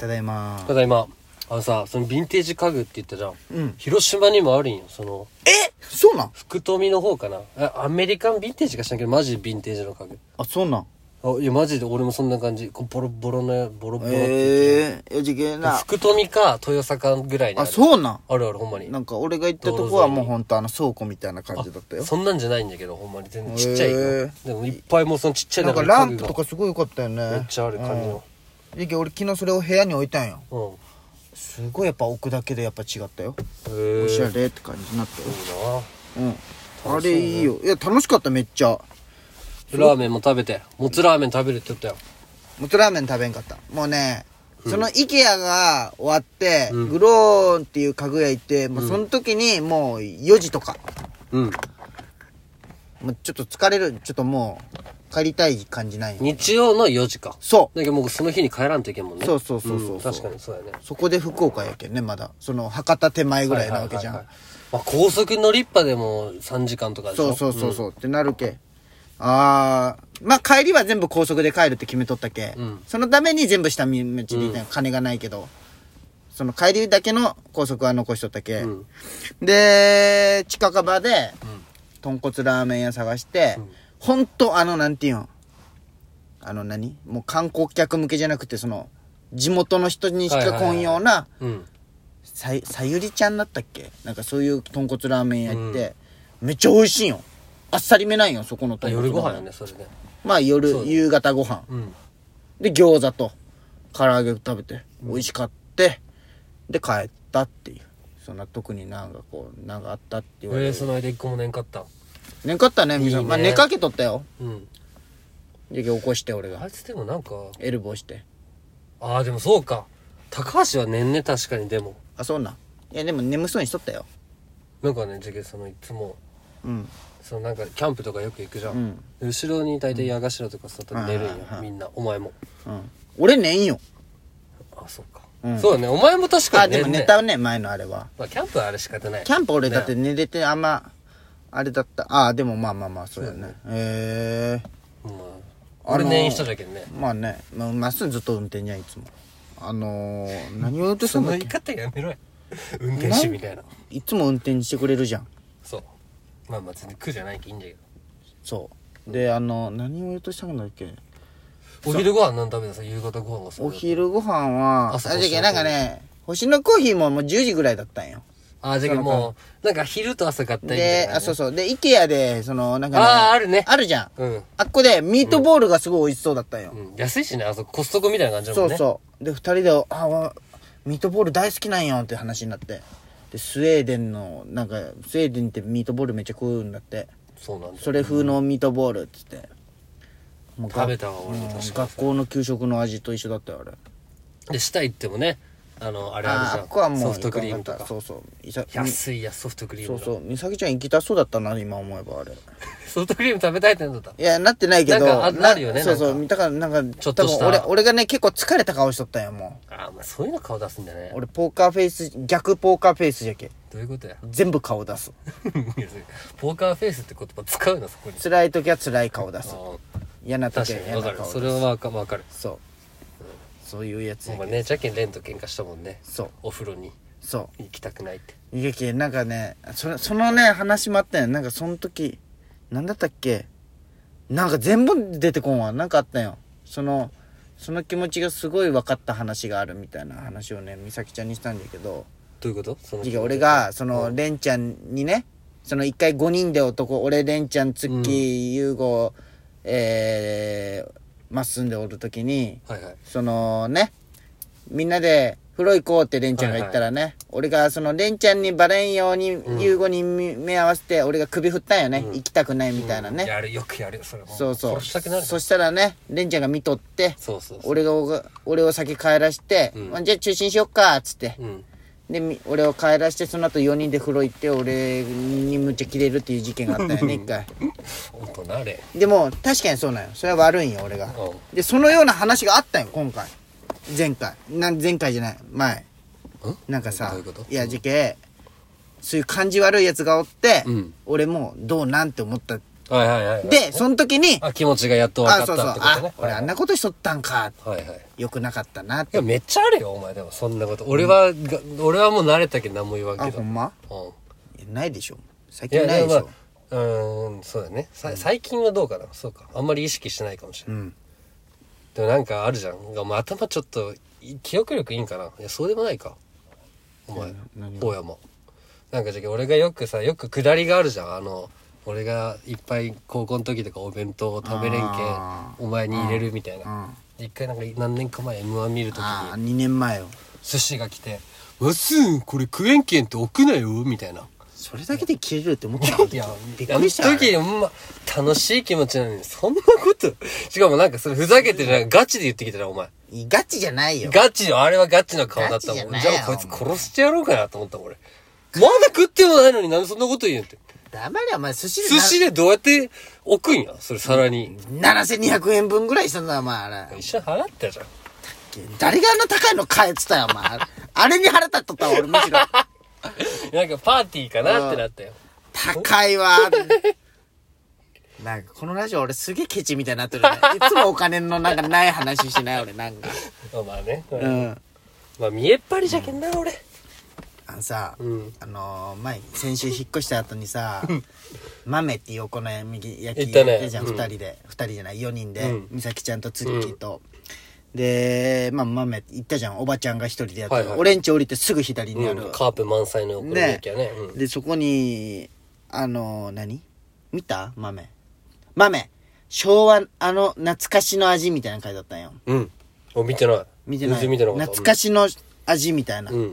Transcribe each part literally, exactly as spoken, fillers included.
ただいま。 ただいま。あのさ、そのヴィンテージ家具って言ったじゃん。 うん。 広島にもあるんよ。その、 えそうなん福富の方かな。あアメリカンヴィンテージか知らんけど、マジヴィンテージの家具。 あ、そうなんあ、いや、マジで俺もそんな感じ。こうボロボロの、ボロボロって言って。 ええー、じけな。 福富か豊坂ぐらいにある。 あ、そうなんあるある、ほんまに。 なんか俺が行ったとこはもうほんとあの倉庫みたいな感じだったよ。 そんなんじゃないんだけど、ほんまに全然ちっちゃいよ。 へーでもいっぱいもうそのちっちゃいなんかにランプとかすごい良かったよね。 めっちゃある感じの。 じけ俺昨日それを部屋に置いたんよ。 うん。 すごいやっぱ置くだけでやっぱ違ったよ。 へーおしゃれって感じになったよ。 いいな。 うん。あれいいよ。いや楽しかっためっちゃ。 ラーメンも食べて、もつラーメン食べるって言ったよ。 もつラーメン食べんかった。もうね、うん、その IKEA が終わって、うん、グローンっていう家具屋行って、もうその時にもうよじとか。うん。もうちょっと疲れる、ちょっともう帰りたい感じないよ。 日曜のよじか。 そう。 だけどもうその日に帰らんといけんもんね。 そうそうそうそう、うん。 確かにそうやね。 そこで福岡やけんね、まだ。その博多手前ぐらいなわけじゃん。はいはいはいはい、 まあ、高速乗りっぱでもさんじかんとかでしょ。 そうそうそうそう、うん、ってなるけ。あー、まあ、帰りは全部高速で帰るって決めとったけ。うん、そのために全部下道で行った、うん、金がないけど。その帰りだけの高速は残しとったけ。うん、で、近場で、豚骨ラーメン屋探して、うん、ほんとあの、なんていうん、あの何もう観光客向けじゃなくて、その、地元の人にしか来んような、さゆりちゃんだったっけなんかそういう豚骨ラーメン屋行って、うん、めっちゃ美味しいよ。あっさりめないよ、そこの豚骨ラーメン。 夜ご飯よね、それで。 まあ夜、夕方ご飯、うん。で、餃子と唐揚げ食べて、美味しかって、で、帰ったっていう。そんな特になんかこう、なんかあったって言われる。 えー、その間一個も寝んかった。 寝んかったね、みんな。まあ寝かけとったよ。うん。で、起こして俺が。 あいつでもなんか。 エルボーして。 ああ、でもそうか。高橋は寝んね、確かにでも。 あ、そうなん。いや、でも眠そうにしとったよ。 なんかね、じゃけそのいつも。うん。そのなんかキャンプとかよく行くじゃん。うん、後ろに大体矢頭とかさ、うん、寝るんよ、みんな。お前も。 うん。俺寝んよ。 あ、そうか。うん、そうだね。お前も確かに寝んね。あ、でも寝たね、前のあれは。 まあ、キャンプはあれ仕方ない。 キャンプ俺だって寝れてあんま、あれだった。ああ、でもまあまあまあ、そうやね。へえー。 まあ、俺寝ん人だけどね。 まあね。まあ、まっすぐずっと運転じゃん、いつも。あのー、何を運転するんだっけ。 その言い方やめろや。運転手みたいな。 いつも運転してくれるじゃん。 そう。まあまあ、全然苦じゃないけどいいんだけど。 そう。で、あの、何を言うとしたんだっけ。 お昼ご飯何食べたさ、夕方ご飯がそう。 お昼ご飯は、あ、じゃけなんかね、星のコーヒーももうじゅうじぐらいだったんよ。 あ、じゃけもう、なんか昼と朝買ったりみたいな、ね。 で、あ、そうそう。で、イケアで、その、なんか、ね、 ああ、あるね。 あるじゃん。うん。あっこで、ミートボールがすごい美味しそうだったんよ。 うん。安いしね、あそこコストコみたいな感じだもんね。 そうそう。で、二人で、あ、ミートボール大好きなんよって話になって。で、スウェーデンの、なんか、スウェーデンってミートボールめっちゃ食うんだって。 そうなんだ。 それ風のミートボールっつって。 もう食べたわ、俺も確かに。 学校の給食の味と一緒だったよ、あれ。 で、下行ってもね、あの、あれあるじゃん。 あ、ここはもうソフトクリームとか。 そうそう。 安いや、ソフトクリーム。 そうそう。美咲ちゃん行きたそうだったな、今思えばあれ。 ソフトクリーム食べたいってなんだった？ いや、なってないけど。 なんか、なるよね。 そうそう。だから、なんか、 ちょっとした。 俺、俺がね、結構疲れた顔しとったんよ、もう。ああ、まあそういうの顔出すんだね。 俺、ポーカーフェイス、逆ポーカーフェイスじゃけ。 どういうことや？ 全部顔出す。 ポーカーフェイスって言葉使うの、そこに。 辛い時は辛い顔出す。嫌な時は嫌な顔出す。 それはわかる。 そう。そういうやつやけ。お前ね、じゃけんレンと喧嘩したもんね。 そう。 お風呂に。 そう。 行きたくないって。 いやけ、なんかね、そそのね、話もあったよ。なんかその時、なんだったっけ？なんか全部出てこんわ。なんかあったよ。その、その気持ちがすごい分かった話があるみたいな話をね、美咲ちゃんにしたんだけど。 どういうこと？その俺が、その、レンちゃんにね、その一回ごにんで男、俺、レンちゃん、ツッキー、ユーゴ、えー、まっすんでおるときに、はいはい、そのね、みんなで風呂行こうってレンちゃんが言ったらね、はいはい、俺がそのレンちゃんにバレんように、うん、ユーゴに目合わせて、俺が首振ったんよね、うん、行きたくないみたいなね。 うん、やる、よくやるよ、それも。 そうそう。 殺したくなる。 そしたらね、レンちゃんが見とって、 そうそうそう。 俺が、俺を先帰らして、うん、じゃあ中心しよっか、つって。うんで、俺を帰らして、その後よにんで風呂行って、俺にむっちゃキレるっていう事件があったよね、一回。 ほんとなれ。 でも、確かにそうなんよ。それは悪いんよ、俺が。で、そのような話があったんよ、今回。前回。な前回じゃない、前。なんかさ、うういや、事件、そういう感じ悪いやつがおって、うん、俺もどうなんて思ったはいはいはい。 で、その時に、 あ、気持ちがやっと分かったってことね。 あ、そうそう。あ、俺あんなことしとったんか。 はいはい。 よくなかったなって。 いや、めっちゃあるよ、お前。でも、そんなこと。俺は、うん、俺はもう慣れたけど何も言わんけど。 あ、ほんま？ うん。 ないでしょ。最近ないでしょ。 うーん、そうだね。さ、最近はどうかな。そうか。あんまり意識してないかもしれない。うん。でもなんかあるじゃん。もう頭ちょっと、記憶力いいんかな。いや、そうでもないか。お前、大山。なんかじゃ俺がよくさ、よく下りがあるじゃん。あの、俺がいっぱい高校の時とかお弁当を食べれんけん、お前に入れるみたいな。一回なんか何年か前 エムワン 見るときに。 ああ、にねんまえよ。 寿司が来て、わすーん、これ食えんけんって置くなよみたいな。 それだけで切れるって思ったの？いや、 びっくりした。あの時、ま、楽しい気持ちなのに、そんなこと。しかもなんかそれふざけてなんかガチで言ってきたら、お前。 ガチじゃないよ。 ガチよ。あれはガチの顔だったもん。じゃあこいつ殺してやろうかなと思ったもん、俺。まだ食ってもないのになんでそんなこと言うんって。 黙れお前、寿司で。 寿司でどうやって置くんやそれ皿に。 ななせんにひゃくえんぶんぐらいしたんだ、お前、あれ。 一緒に払ったじゃん。 誰があんな高いの買えっつったよ、お前。あれに腹立っとったわ、俺むしろ。 なんかパーティーかなってなったよ。 高いわ。なんかこのラジオ俺すげえケチみたいになってるね。いつもお金のなんかない話しない俺なんか。 まあね。 うん。 まあ見えっ張りじゃけんな、うん、俺。 あのさ、うん、あのー、前先週引っ越した後にさ、豆っていうお好み焼き焼きやってじゃん、二、ね、人で、二、うん、人じゃないよにんで、うん、美咲ちゃんとつりきと。うん、で、まあ豆行ったじゃん、おばちゃんが一人でやってる、はいはい、俺んち降りてすぐ左にある、 うん、カープ満載のお好み焼きやね。 うん、でそこにあのー、何見た豆。豆昭和あの懐かしの味みたいなの書いてあったんよ。 うん。お見てない。 見てない。 見てなかった。 懐かしの味みたいな。 うん。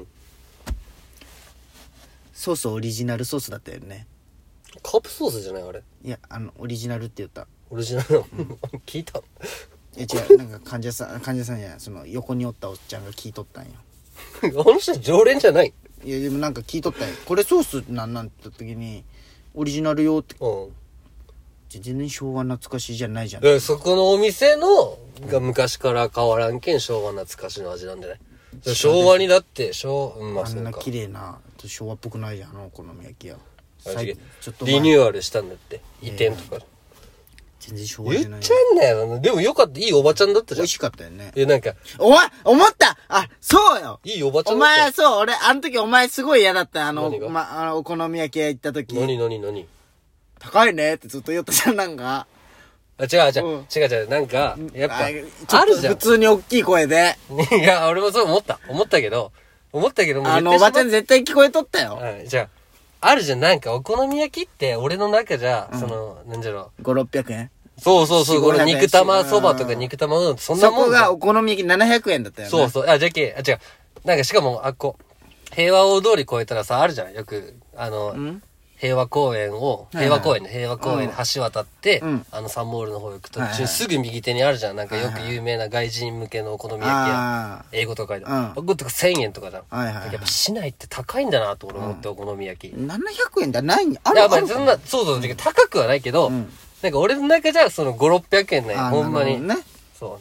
ソースオリジナルソースだったよね。 カープソースじゃないあれ。 いやあのオリジナルって言った。 オリジナル。うん、聞いた。いや違うなんか患者さん患者さんじゃないその横におったおっちゃんが聞いとったんよ。 あの人常連じゃない。 いやでもなんか聞いとったよ。これソースなんなんて言った時にオリジナルよって。うん。全然昭和懐かしいじゃないじゃん。 そこのお店のが昔から変わらんけん昭和懐かしの味なんじゃない、うん、昭和にだって昭、うん、まあ、 あんな綺麗な昭和っぽくないじゃんあのお好み焼き屋。 ちょっとリニューアルしたんだって移転とか、えー、 全然昭和じゃない。 言っちゃうんだよ。でもよかった。いいおばちゃんだったじゃん。 美味しかったよね。 えなんかお前思ったあそうよ。 いいおばちゃんだった。 お前そう俺あの時お前すごい嫌だったあのまあのお好み焼き屋行った時。 何何何高いねってずっと言ったじゃんなんか。 あ、違う違う、うん、違う違う、なんか、やっぱ、あるじゃん。 普通に大きい声で。 いや、俺もそう思った。思ったけど、思ったけどもうあの、おばちゃん絶対聞こえとったよ。 はい、じゃあ、あるじゃん、なんか、お好み焼きって、俺の中じゃ、うん、その、なんじゃろう。 ご、ろっぴゃくえんそうそうそう、これ肉玉そばとか肉玉うどんそんなもん。 そこがお好み焼きななひゃくえんだったよね。 そうそう。あ、じゃけ、あ、違う。なんか、しかも、あっこ、平和大通り越えたらさ、あるじゃん、よく、あの、ん平和公園を、平和公園で、平和公園で橋渡って、うん、あのサンモールの方行くと、はいはい、すぐ右手にあるじゃん。なんかよく有名な外人向けのお好み焼き屋。英語とかで。僕、うん、とかせんえんとかじゃん。はいはいはい、やっぱ市内って高いんだなと俺思って、うん、お好み焼き。 ななひゃくえんだないあるいや、まあそんな、そうそう、高くはないけど、うん、なんか俺の中じゃそのご、ろっぴゃくえんなんや、ほんまに。ね。そう。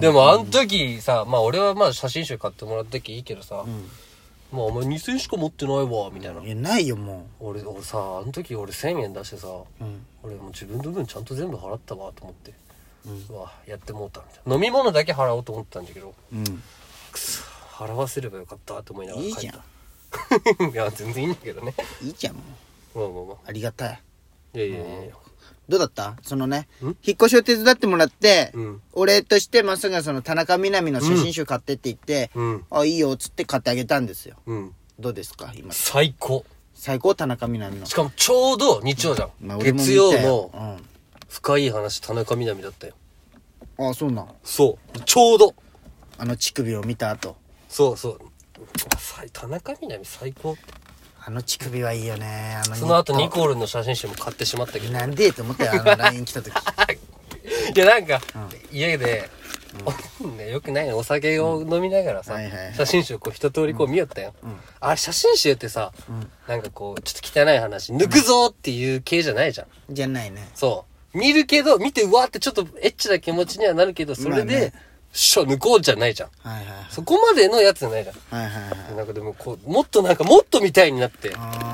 でもあの時さ、まあ俺はまあ写真集買ってもらった時いいけどさ、うんまあお前にせんえんしか持ってないわみたいな。 いやないよもう。俺俺さあの時俺せんえん出してさ、うん、俺もう自分の分ちゃんと全部払ったわと思って、うん、うわやってもうたみたいな。飲み物だけ払おうと思ったんだけど、うん、くそ払わせればよかったと思いながら帰った。いいじゃん。いや全然いいんだけどね。 いいじゃんもう。 まあまあまあ。 ありがたい。 いやいやいやいや。 どうだったそのね、引っ越しを手伝ってもらって、うん、俺としてまっすぐその田中みな実の写真集買ってって言って、うん、あ、いいよっつって買ってあげたんですよ。うん、どうですか今。 最高。 最高田中みな実の。 しかもちょうど日曜じゃん。うんまあ、月曜の深い話田中みな実だったよ。 ああ、そうなん。 そう。ちょうど。 あの乳首を見た後。 そうそう。田中みな実最高。 あの乳首はいいよね。あのその後ニコールの写真集も買ってしまったけど。 なんでって思ったよ、あの ライン 来た時。 いやなんか、うん、家で、うん、ね、よくないね、お酒を飲みながらさ、うんはいはいはい、写真集こう一通りこう見よったよ。うん、あれ写真集ってさ、うん、なんかこう、ちょっと汚い話、抜くぞっていう系じゃないじゃん。 じゃないね。 そう。見るけど、見てうわーってちょっとエッチな気持ちにはなるけど、それで、まあね、しょ、抜こうじゃないじゃん。はいはいはい、そこまでのやつじゃないじゃん。はいはいはい、なんかでもこう、もっとなんかもっと見たいになって、本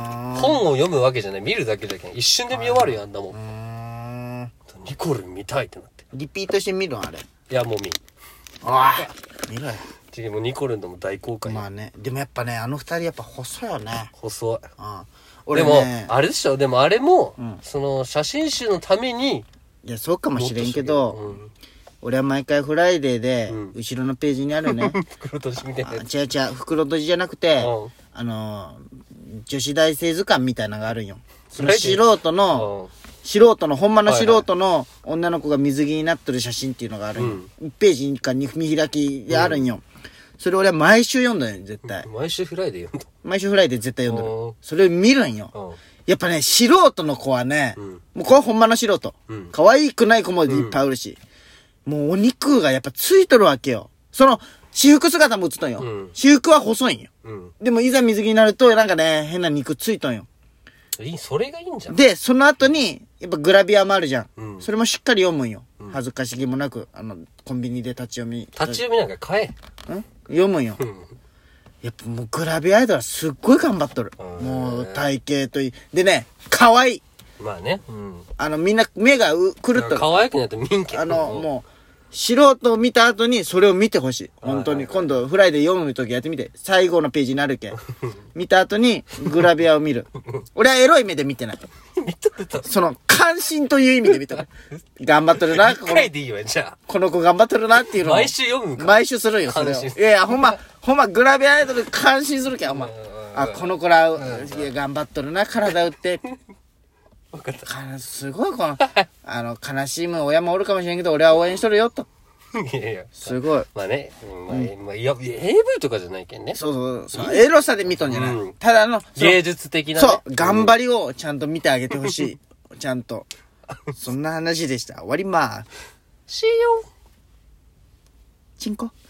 本を読むわけじゃない。見るだけじゃけん。一瞬で見終わるよ、あんなもん。 うーん。 ニコルン見たいってなって。 リピートして見るんあれ。 いや、もう見ん。 おい見ろよ。 次もうニコルンでも大公開。 まあね。でもやっぱね、あの二人やっぱ細いよね。 細い。 うん。俺でね。 も、あれでしょでもあれも、 うん、 その、写真集のために。 いや、そうかもしれんけど、 うん、 俺は毎回フライデーで、 うん、 後ろのページにあるね。 袋閉じみたいなやつ。 違う違う、袋閉じじゃなくて、 うん、 あの、女子大生図鑑みたいなのがあるんよ。その素人の、素人の、ほんまの素人の女の子が水着になってる写真っていうのがあるんよ。うん、いちページかに見開きであるんよ。うん、それ俺は毎週読んだよ、絶対。 毎週フライデー読んだ。 毎週フライデー絶対読んだる。それを見るんよ。やっぱね、素人の子はね、うん、もうこれはほんまの素人。うん、可愛くない子もいっぱいおるし、うん、もうお肉がやっぱついとるわけよ。その、私服姿も映っとんよ。うん、私服は細いんよ。うん、でもいざ水着になると、なんかね、変な肉ついとんよ。 いい、それがいいんじゃん。 で、その後に、やっぱグラビアもあるじゃん。うん、それもしっかり読むんよ。うん、恥ずかしげもなく、あの、コンビニで立ち読み。 立ち読みなんか買え。 ん読むんよ。うんやっぱもうグラビアアイドルはすっごい頑張っとる。もう体型といい。でね、可愛い。 まあね。うん、 あのみんな目がう狂っとる。 可愛くないと見んけど。 あの、もう、素人を見た後にそれを見てほしい。本当に。今度フライで読むときやってみて。最後のページになるけん。見た後にグラビアを見る。俺はエロい目で見てない。その、関心という意味で見てない。頑張っとるな。 一回でいいわ、じゃあ。 この子頑張っとるなっていうのを。 毎週読むか。 毎週するよ、それを。いやいや、ほんま、ほんまグラビアアイドル感心するけん、ほんま。あ、この子ら、いや頑張っとるな、体打って。 分かった。 すごい、この、あの、悲しむ親もおるかもしれんけど、俺は応援しとるよ、と。 いやいや。すごい。 まあね、まあ、うん、まあ、いや、エーブイ とかじゃないけんね。 そうそうそう。エロさで見とんじゃない。うん、ただの、 芸術的な、ね。 そう、頑張りをちゃんと見てあげてほしい。ちゃんと。そんな話でした。終わりまーす。 See you! チンコ